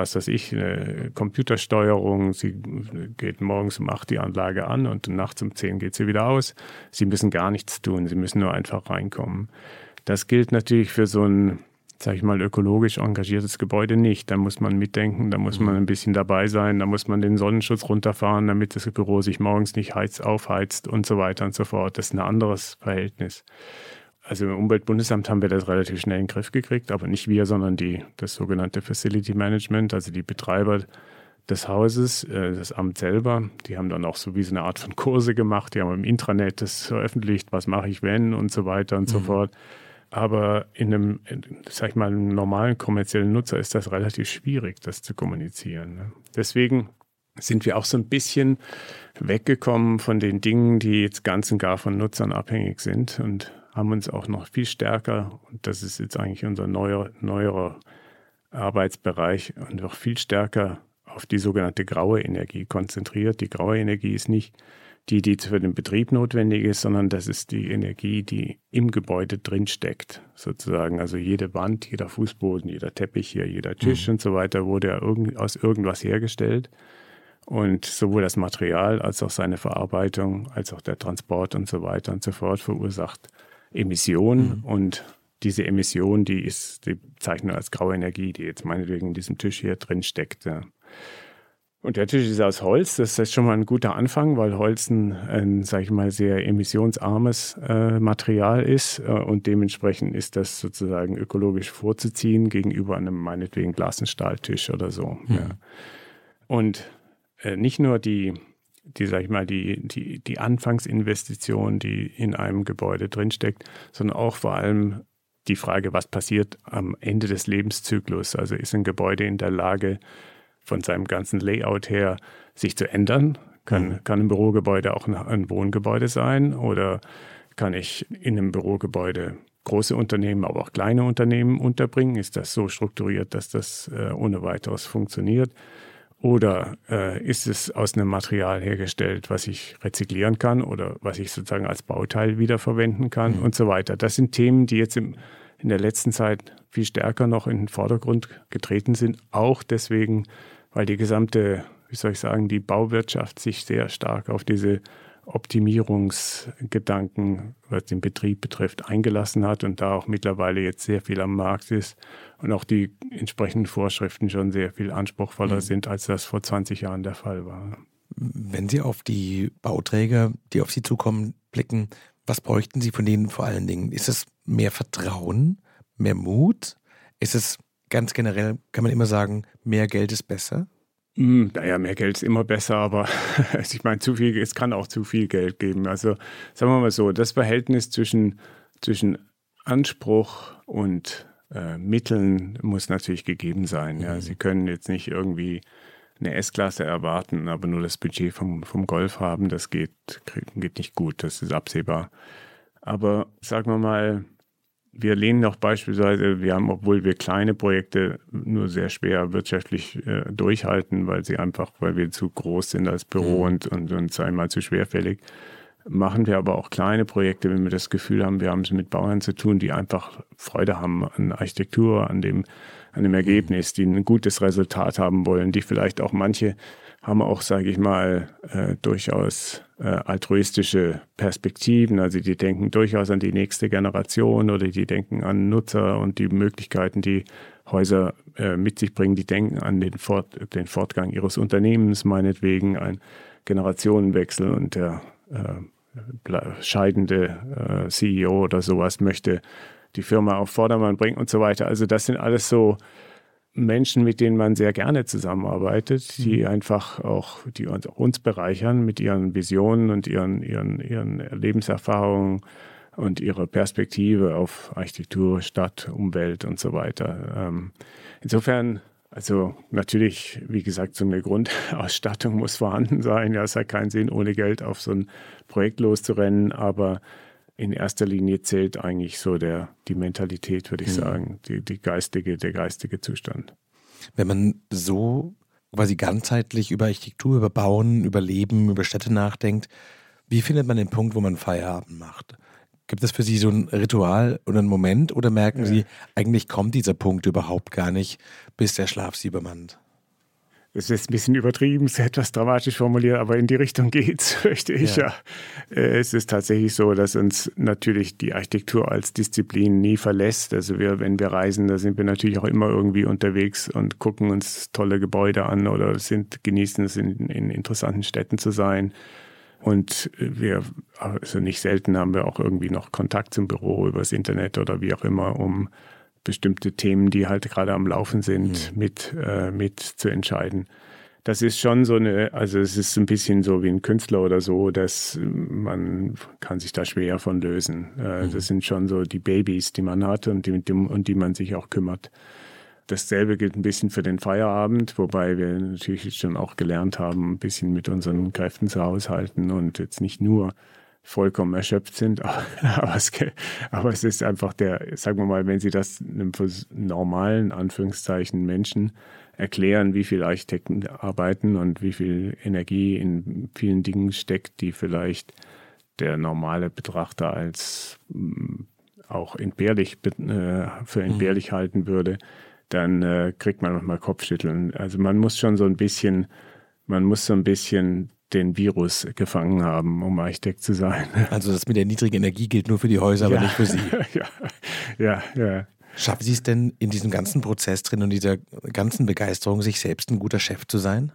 eine Computersteuerung. Sie geht morgens um 8 die Anlage an und nachts um 10 geht sie wieder aus. Sie müssen gar nichts tun, sie müssen nur einfach reinkommen. Das gilt natürlich für so ein, sage ich mal, ökologisch engagiertes Gebäude nicht. Da muss man mitdenken, da muss man ein bisschen dabei sein, da muss man den Sonnenschutz runterfahren, damit das Büro sich morgens nicht aufheizt und so weiter und so fort. Das ist ein anderes Verhältnis. Also im Umweltbundesamt haben wir das relativ schnell in den Griff gekriegt, aber nicht wir, sondern das sogenannte Facility Management, also die Betreiber des Hauses, das Amt selber. Die haben dann auch so wie so eine Art von Kurse gemacht, die haben im Intranet das veröffentlicht, was mache ich wenn und so weiter und so fort. Aber in einem normalen kommerziellen Nutzer ist das relativ schwierig, das zu kommunizieren. Ne? Deswegen sind wir auch so ein bisschen weggekommen von den Dingen, die jetzt ganz und gar von Nutzern abhängig sind und haben uns auch noch viel stärker, und das ist jetzt eigentlich unser neuerer Arbeitsbereich, und noch viel stärker auf die sogenannte graue Energie konzentriert. Die graue Energie ist nicht die für den Betrieb notwendig ist, sondern das ist die Energie, die im Gebäude drin steckt, sozusagen. Also jede Wand, jeder Fußboden, jeder Teppich hier, jeder Tisch und so weiter wurde ja aus irgendwas hergestellt. Und sowohl das Material als auch seine Verarbeitung, als auch der Transport und so weiter und so fort verursacht Emissionen. Und diese Emission, die bezeichnet als graue Energie, die jetzt meinetwegen in diesem Tisch hier drin steckt. Ja. Und der Tisch ist aus Holz, das ist schon mal ein guter Anfang, weil Holz ein sage ich mal, sehr emissionsarmes Material ist und dementsprechend ist das sozusagen ökologisch vorzuziehen gegenüber einem meinetwegen Glas- und Stahltisch oder so. Ja. Und nicht nur die Anfangsinvestition, die in einem Gebäude drinsteckt, sondern auch vor allem die Frage, was passiert am Ende des Lebenszyklus. Also ist ein Gebäude in der Lage, von seinem ganzen Layout her sich zu ändern? Kann ein Bürogebäude auch ein Wohngebäude sein? Oder kann ich in einem Bürogebäude große Unternehmen, aber auch kleine Unternehmen unterbringen? Ist das so strukturiert, dass das ohne weiteres funktioniert? Oder ist es aus einem Material hergestellt, was ich rezyklieren kann oder was ich sozusagen als Bauteil wiederverwenden kann und so weiter? Das sind Themen, die jetzt in der letzten Zeit viel stärker noch in den Vordergrund getreten sind. Auch deswegen, weil die gesamte, die Bauwirtschaft sich sehr stark auf diese Optimierungsgedanken, was den Betrieb betrifft, eingelassen hat und da auch mittlerweile jetzt sehr viel am Markt ist und auch die entsprechenden Vorschriften schon sehr viel anspruchsvoller sind, als das vor 20 Jahren der Fall war. Wenn Sie auf die Bauträger, die auf Sie zukommen, blicken, was bräuchten Sie von denen vor allen Dingen? Ist es mehr Vertrauen, mehr Mut? Ist es ganz generell, kann man immer sagen, mehr Geld ist besser? Naja, mehr Geld ist immer besser, aber ich meine, es kann auch zu viel Geld geben. Also sagen wir mal so, das Verhältnis zwischen Anspruch und Mitteln muss natürlich gegeben sein. Ja. Sie können jetzt nicht irgendwie eine S-Klasse erwarten, aber nur das Budget vom Golf haben. Das geht nicht gut, das ist absehbar. Aber sagen wir mal, wir lehnen auch beispielsweise, obwohl wir kleine Projekte nur sehr schwer wirtschaftlich durchhalten, weil wir zu groß sind als Büro und einmal zu schwerfällig, machen wir aber auch kleine Projekte, wenn wir das Gefühl haben, wir haben es mit Bauern zu tun, die einfach Freude haben an Architektur, an dem Ergebnis, die ein gutes Resultat haben wollen, die vielleicht auch manche haben auch, sage ich mal, durchaus altruistische Perspektiven. Also die denken durchaus an die nächste Generation oder die denken an Nutzer und die Möglichkeiten, die Häuser mit sich bringen. Die denken an den Fortgang ihres Unternehmens, meinetwegen ein Generationenwechsel und der scheidende CEO oder sowas möchte die Firma auf Vordermann bringen und so weiter. Also das sind alles so Menschen, mit denen man sehr gerne zusammenarbeitet, die einfach die uns bereichern mit ihren Visionen und ihren Lebenserfahrungen und ihrer Perspektive auf Architektur, Stadt, Umwelt und so weiter. Insofern, also natürlich, wie gesagt, so eine Grundausstattung muss vorhanden sein. Ja, es hat keinen Sinn, ohne Geld auf so ein Projekt loszurennen, aber in erster Linie zählt eigentlich so die Mentalität, würde ich sagen, der geistige Zustand. Wenn man so quasi ganzheitlich über Architektur, über Bauen, über Leben, über Städte nachdenkt, wie findet man den Punkt, wo man Feierabend macht? Gibt es für Sie so ein Ritual oder einen Moment oder merken Sie, eigentlich kommt dieser Punkt überhaupt gar nicht, bis der Schlaf Sie übermannt? Das ist ein bisschen übertrieben, ist etwas dramatisch formuliert, aber in die Richtung geht's, fürchte ich ja. Es ist tatsächlich so, dass uns natürlich die Architektur als Disziplin nie verlässt. Also wenn wir reisen, da sind wir natürlich auch immer irgendwie unterwegs und gucken uns tolle Gebäude an oder genießen es, in interessanten Städten zu sein. Und also nicht selten haben wir auch irgendwie noch Kontakt zum Büro übers Internet oder wie auch immer, um bestimmte Themen, die halt gerade am Laufen sind, mit zu entscheiden. Das ist schon also es ist ein bisschen so wie ein Künstler oder so, dass man kann sich da schwer von lösen. Das sind schon so die Babys, die man hat und die man sich auch kümmert. Dasselbe gilt ein bisschen für den Feierabend, wobei wir natürlich schon auch gelernt haben, ein bisschen mit unseren Kräften zu haushalten und jetzt nicht nur vollkommen erschöpft sind, aber es ist einfach sagen wir mal, wenn Sie das einem normalen, Anführungszeichen, Menschen erklären, wie viel Architekten arbeiten und wie viel Energie in vielen Dingen steckt, die vielleicht der normale Betrachter als auch für entbehrlich halten würde, dann kriegt man manchmal Kopfschütteln. Also man muss so ein bisschen den Virus gefangen haben, um Architekt zu sein. Also das mit der niedrigen Energie gilt nur für die Häuser, aber nicht für Sie. Ja. Schaffen Sie es denn in diesem ganzen Prozess drin und dieser ganzen Begeisterung, sich selbst ein guter Chef zu sein?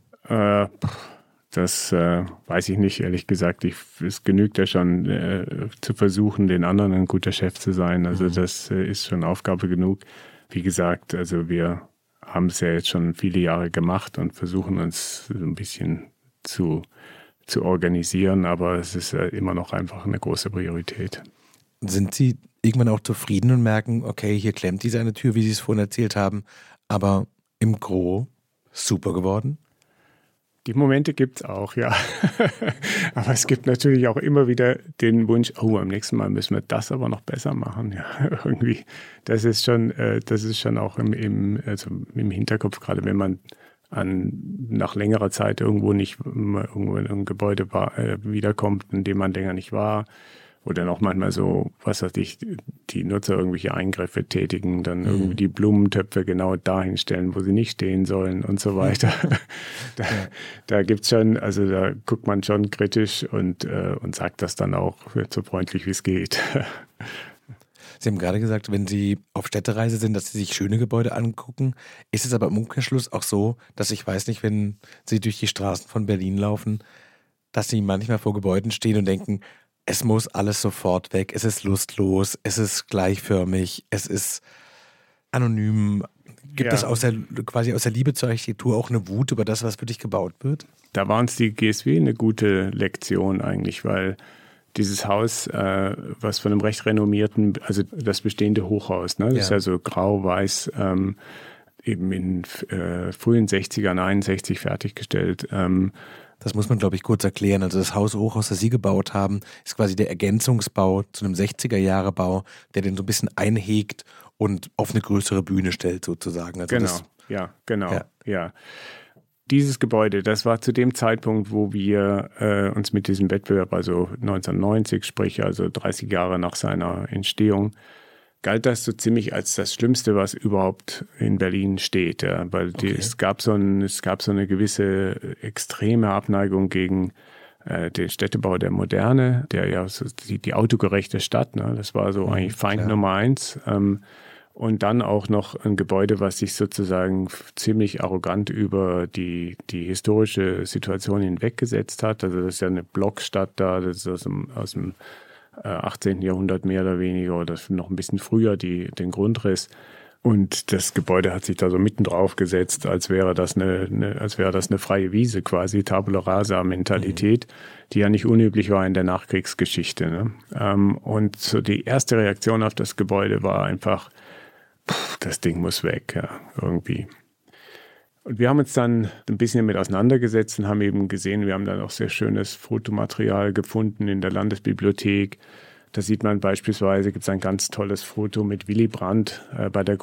Das weiß ich nicht, ehrlich gesagt. Es genügt ja schon, zu versuchen, den anderen ein guter Chef zu sein. Also das ist schon Aufgabe genug. Wie gesagt, also wir haben es ja jetzt schon viele Jahre gemacht und versuchen uns so ein bisschen zu organisieren, aber es ist immer noch einfach eine große Priorität. Sind Sie irgendwann auch zufrieden und merken, okay, hier klemmt diese eine Tür, wie Sie es vorhin erzählt haben, aber im Gros super geworden? Die Momente gibt es auch, ja. Aber es gibt natürlich auch immer wieder den Wunsch, am nächsten Mal müssen wir das aber noch besser machen. Ja, irgendwie. Das ist schon auch im Hinterkopf, gerade wenn man nach längerer Zeit irgendwo in einem Gebäude wiederkommt, in dem man länger nicht war. Oder noch manchmal so, die Nutzer irgendwelche Eingriffe tätigen, dann irgendwie die Blumentöpfe genau dahin stellen, wo sie nicht stehen sollen und so weiter. Da gibt's schon, also da guckt man schon kritisch und sagt das dann auch so freundlich, wie es geht. Sie haben gerade gesagt, wenn Sie auf Städtereise sind, dass Sie sich schöne Gebäude angucken. Ist es aber im Umkehrschluss auch so, dass ich weiß nicht, wenn Sie durch die Straßen von Berlin laufen, dass Sie manchmal vor Gebäuden stehen und denken, es muss alles sofort weg, es ist lustlos, es ist gleichförmig, es ist anonym. Gibt es quasi aus der Liebe zur Architektur auch eine Wut über das, was für dich gebaut wird? Da war uns die GSW eine gute Lektion eigentlich, weil dieses Haus, was von einem recht renommierten, also das bestehende Hochhaus, ne, das ist ja so grau-weiß, eben in frühen 60ern, 61 fertiggestellt. Das muss man, glaube ich, kurz erklären. Also das Hochhaus, das Sie gebaut haben, ist quasi der Ergänzungsbau zu einem 60er-Jahre-Bau, der den so ein bisschen einhegt und auf eine größere Bühne stellt sozusagen. Also genau. Dieses Gebäude, das war zu dem Zeitpunkt, wo wir uns mit diesem Wettbewerb, also 1990, sprich also 30 Jahre nach seiner Entstehung, galt das so ziemlich als das Schlimmste, was überhaupt in Berlin steht. Ja, weil es gab so eine gewisse extreme Abneigung gegen den Städtebau der Moderne, der ja so die autogerechte Stadt, ne, das war so eigentlich Feind Nummer 1. Und dann auch noch ein Gebäude, was sich sozusagen ziemlich arrogant über die historische Situation hinweggesetzt hat. Also das ist ja eine Blockstadt da, das ist aus dem 18. Jahrhundert mehr oder weniger oder noch ein bisschen früher den Grundriss. Und das Gebäude hat sich da so mitten drauf gesetzt, als wäre das eine freie Wiese quasi, Tabula Rasa-Mentalität, die ja nicht unüblich war in der Nachkriegsgeschichte. Ne? Und so die erste Reaktion auf das Gebäude war einfach, das Ding muss weg, ja, irgendwie. Und wir haben uns dann ein bisschen damit auseinandergesetzt und haben eben gesehen, wir haben dann auch sehr schönes Fotomaterial gefunden in der Landesbibliothek. Da sieht man beispielsweise, gibt es ein ganz tolles Foto mit Willy Brandt bei der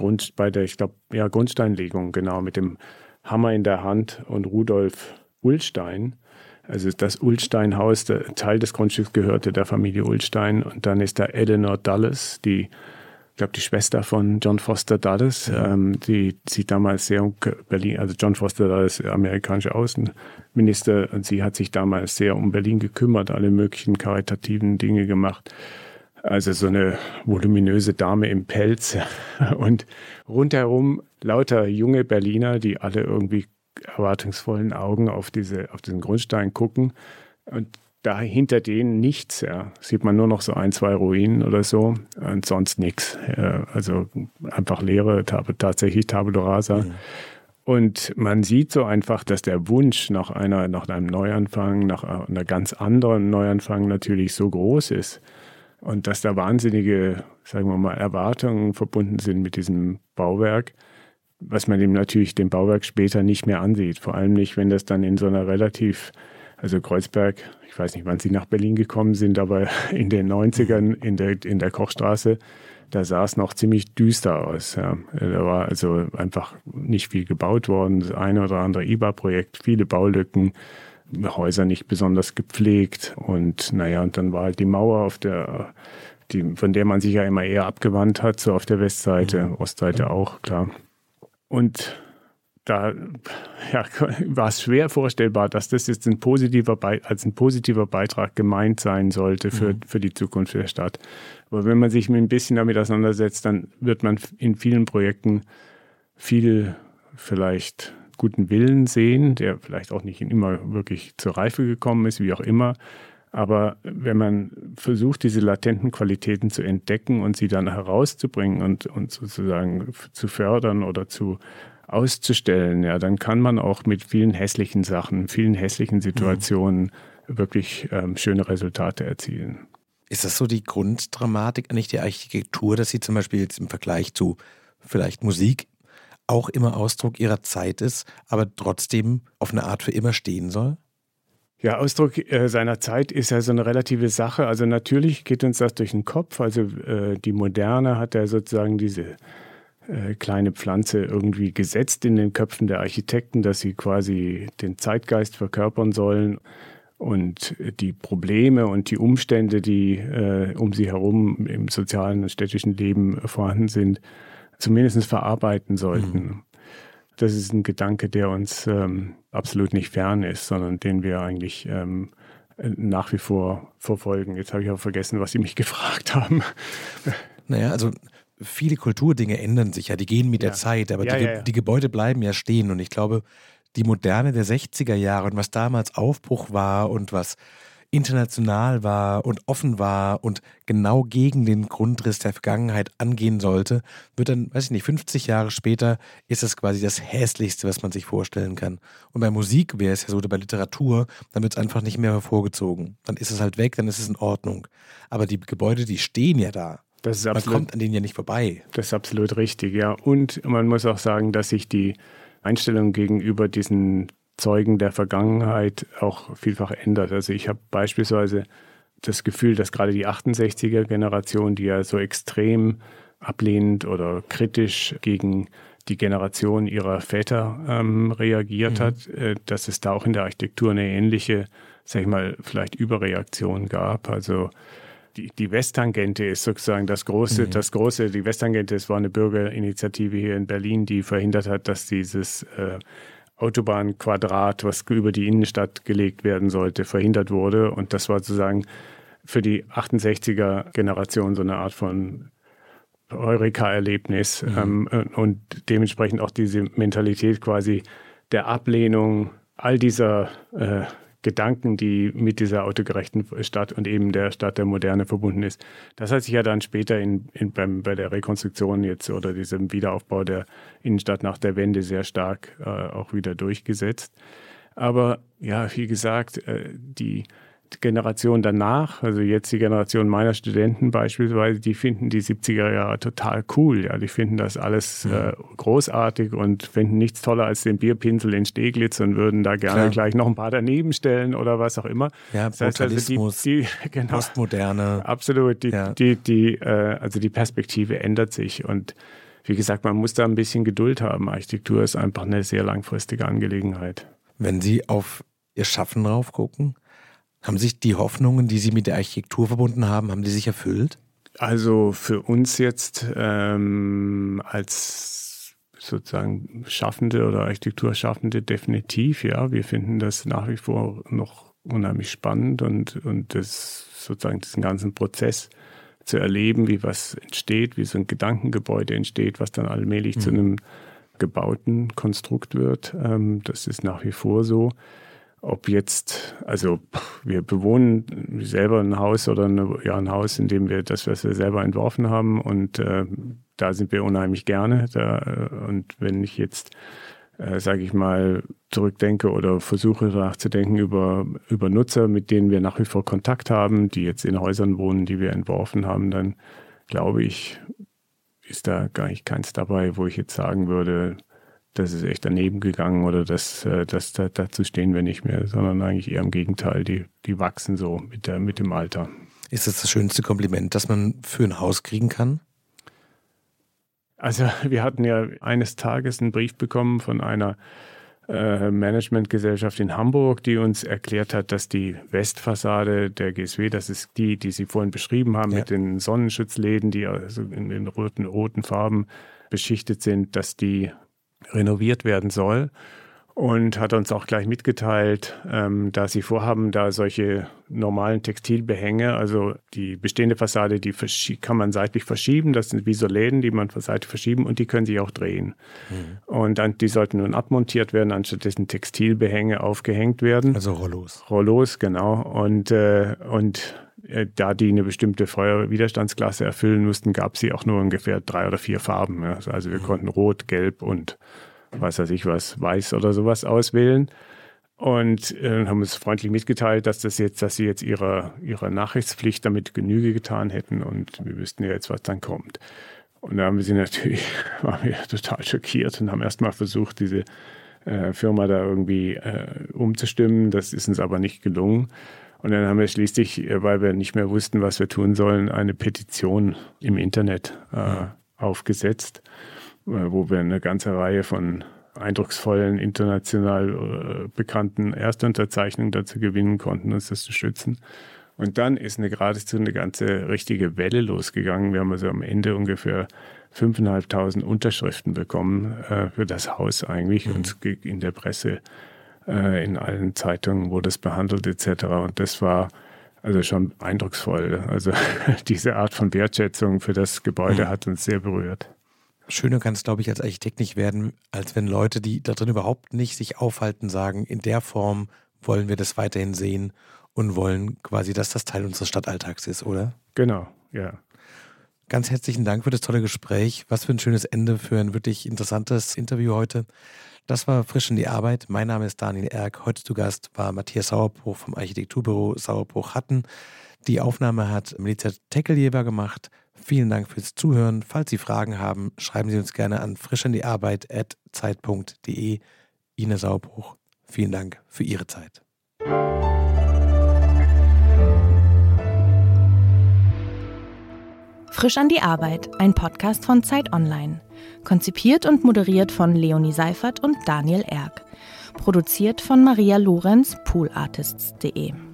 Grundsteinlegung, genau, mit dem Hammer in der Hand und Rudolf Ullstein. Also das Ullstein-Haus, der Teil des Grundstücks gehörte der Familie Ullstein. Und dann ist da Eleanor Dulles, die Schwester von John Foster Dulles, die sich damals sehr um Berlin, also John Foster Dulles, amerikanischer Außenminister, und sie hat sich damals sehr um Berlin gekümmert, alle möglichen karitativen Dinge gemacht. Also so eine voluminöse Dame im Pelz und rundherum lauter junge Berliner, die alle irgendwie erwartungsvollen Augen auf diesen Grundstein gucken und da hinter denen nichts, ja. Sieht man nur noch so 1, 2 Ruinen oder so und sonst nichts. Also einfach leere, tatsächlich Tabula Rasa. Mhm. Und man sieht so einfach, dass der Wunsch nach einem Neuanfang, nach einer ganz anderen Neuanfang natürlich so groß ist. Und dass da wahnsinnige, sagen wir mal, Erwartungen verbunden sind mit diesem Bauwerk, was man dem Bauwerk später nicht mehr ansieht. Vor allem nicht, wenn das dann in so einer also Kreuzberg, ich weiß nicht, wann Sie nach Berlin gekommen sind, aber in den 90ern in der Kochstraße, da sah es noch ziemlich düster aus. Ja. Da war also einfach nicht viel gebaut worden. Das eine oder andere IBA-Projekt, viele Baulücken, Häuser nicht besonders gepflegt. Und und dann war halt die Mauer, von der man sich ja immer eher abgewandt hat, so auf der Westseite, Ostseite auch, klar. Und da war es schwer vorstellbar, dass das jetzt als ein positiver Beitrag gemeint sein sollte für die Zukunft der Stadt. Aber wenn man sich ein bisschen damit auseinandersetzt, dann wird man in vielen Projekten viel vielleicht guten Willen sehen, der vielleicht auch nicht immer wirklich zur Reife gekommen ist, wie auch immer. Aber wenn man versucht, diese latenten Qualitäten zu entdecken und sie dann herauszubringen und sozusagen zu fördern oder auszustellen, ja, dann kann man auch mit vielen hässlichen Sachen, vielen hässlichen Situationen wirklich schöne Resultate erzielen. Ist das so die Grunddramatik eigentlich der Architektur, dass sie zum Beispiel jetzt im Vergleich zu vielleicht Musik auch immer Ausdruck ihrer Zeit ist, aber trotzdem auf eine Art für immer stehen soll? Ja, Ausdruck seiner Zeit ist ja so eine relative Sache. Also natürlich geht uns das durch den Kopf. Also die Moderne hat ja sozusagen diese kleine Pflanze irgendwie gesetzt in den Köpfen der Architekten, dass sie quasi den Zeitgeist verkörpern sollen und die Probleme und die Umstände, die um sie herum im sozialen und städtischen Leben vorhanden sind, zumindest verarbeiten sollten. Mhm. Das ist ein Gedanke, der uns absolut nicht fern ist, sondern den wir eigentlich nach wie vor verfolgen. Jetzt habe ich auch vergessen, was Sie mich gefragt haben. Naja, also viele Kulturdinge ändern sich ja, die gehen mit der Zeit, aber die Gebäude bleiben ja stehen. Und ich glaube, die Moderne der 60er Jahre und was damals Aufbruch war und was international war und offen war und genau gegen den Grundriss der Vergangenheit angehen sollte, wird dann, 50 Jahre später ist das quasi das Hässlichste, was man sich vorstellen kann. Und bei Musik wäre es ja so, oder bei Literatur, dann wird es einfach nicht mehr hervorgezogen. Dann ist es halt weg, dann ist es in Ordnung. Aber die Gebäude, die stehen ja da. Man kommt an denen ja nicht vorbei. Das ist absolut richtig, ja. Und man muss auch sagen, dass sich die Einstellung gegenüber diesen Zeugen der Vergangenheit auch vielfach ändert. Also ich habe beispielsweise das Gefühl, dass gerade die 68er-Generation, die ja so extrem ablehnend oder kritisch gegen die Generation ihrer Väter reagiert hat, dass es da auch in der Architektur eine ähnliche, sag ich mal, vielleicht Überreaktion gab. Also die Westtangente ist sozusagen die Westtangente, es war eine Bürgerinitiative hier in Berlin, die verhindert hat, dass dieses Autobahnquadrat, was über die Innenstadt gelegt werden sollte, verhindert wurde. Und das war sozusagen für die 68er-Generation so eine Art von Eureka-Erlebnis und dementsprechend auch diese Mentalität quasi der Ablehnung all dieser Gedanken, die mit dieser autogerechten Stadt und eben der Stadt der Moderne verbunden ist. Das hat sich ja dann später bei der Rekonstruktion jetzt oder diesem Wiederaufbau der Innenstadt nach der Wende sehr stark auch wieder durchgesetzt. Aber ja, wie gesagt, die Generation danach, also jetzt die Generation meiner Studenten beispielsweise, die finden die 70er Jahre total cool. Ja, die finden das alles großartig und finden nichts toller als den Bierpinsel in Steglitz und würden da gerne gleich noch ein paar daneben stellen oder was auch immer. Ja, das heißt Brutalismus, genau, Postmoderne. Absolut, also die Perspektive ändert sich und wie gesagt, man muss da ein bisschen Geduld haben. Architektur ist einfach eine sehr langfristige Angelegenheit. Wenn Sie auf Ihr Schaffen drauf gucken, haben sich die Hoffnungen, die Sie mit der Architektur verbunden haben, haben die sich erfüllt? Also für uns jetzt als sozusagen Schaffende oder Architekturschaffende definitiv, ja. Wir finden das nach wie vor noch unheimlich spannend und das sozusagen diesen ganzen Prozess zu erleben, wie was entsteht, wie so ein Gedankengebäude entsteht, was dann allmählich zu einem gebauten Konstrukt wird. Das ist nach wie vor so. Ob jetzt, also wir bewohnen selber ein Haus oder ein Haus, in dem wir das, was wir selber entworfen haben und da sind wir unheimlich gerne. Und wenn ich jetzt, sage ich mal, zurückdenke oder versuche nachzudenken über Nutzer, mit denen wir nach wie vor Kontakt haben, die jetzt in Häusern wohnen, die wir entworfen haben, dann glaube ich, ist da gar nicht keins dabei, wo ich jetzt sagen würde, das ist echt daneben gegangen oder dazu stehen wir nicht mehr, sondern eigentlich eher im Gegenteil, die wachsen so mit dem Alter. Ist das schönste Kompliment, das man für ein Haus kriegen kann? Also wir hatten ja eines Tages einen Brief bekommen von einer Managementgesellschaft in Hamburg, die uns erklärt hat, dass die Westfassade der GSW, das ist die Sie vorhin beschrieben haben, mit den Sonnenschutzläden, die also in den roten Farben beschichtet sind, dass die renoviert werden soll und hat uns auch gleich mitgeteilt, da sie vorhaben, da solche normalen Textilbehänge, also die bestehende Fassade, die kann man seitlich verschieben, das sind wie so Läden, die man seitlich verschieben und die können sich auch drehen. Und dann, die sollten nun abmontiert werden, anstattdessen Textilbehänge aufgehängt werden. Also Rollos. Rollos, genau. Und da die eine bestimmte Feuerwiderstandsklasse erfüllen mussten, gab es sie auch nur ungefähr 3 oder 4 Farben. Ja. Also wir konnten Rot, Gelb und was weiß ich was, Weiß oder sowas auswählen. Und haben uns freundlich mitgeteilt, dass sie jetzt ihrer Nachrichtspflicht damit Genüge getan hätten und wir wüssten ja jetzt, was dann kommt. Und da waren wir total schockiert und haben erstmal versucht, diese Firma da irgendwie umzustimmen. Das ist uns aber nicht gelungen. Und dann haben wir schließlich, weil wir nicht mehr wussten, was wir tun sollen, eine Petition im Internet aufgesetzt, wo wir eine ganze Reihe von eindrucksvollen, international bekannten Erstunterzeichnungen dazu gewinnen konnten, uns das zu schützen. Und dann ist geradezu eine ganze richtige Welle losgegangen. Wir haben also am Ende ungefähr 5.500 Unterschriften bekommen für das Haus eigentlich und in der Presse. In allen Zeitungen wurde es behandelt etc. Und das war also schon eindrucksvoll. Also diese Art von Wertschätzung für das Gebäude hat uns sehr berührt. Schöner kann es, glaube ich, als Architekt nicht werden, als wenn Leute, die da drin überhaupt nicht sich aufhalten, sagen, in der Form wollen wir das weiterhin sehen und wollen quasi, dass das Teil unseres Stadtalltags ist, oder? Genau, ja. Ganz herzlichen Dank für das tolle Gespräch. Was für ein schönes Ende für ein wirklich interessantes Interview heute. Das war Frisch in die Arbeit. Mein Name ist Daniel Erck. Heute zu Gast war Matthias Sauerbruch vom Architekturbüro Sauerbruch-Hatten. Die Aufnahme hat Milica Tekeljeva gemacht. Vielen Dank fürs Zuhören. Falls Sie Fragen haben, schreiben Sie uns gerne an frischindiarbeit@zeit.de. Ine Sauerbruch, vielen Dank für Ihre Zeit. Frisch an die Arbeit, ein Podcast von Zeit Online. Konzipiert und moderiert von Leonie Seifert und Daniel Erck. Produziert von Maria Lorenz, poolartists.de.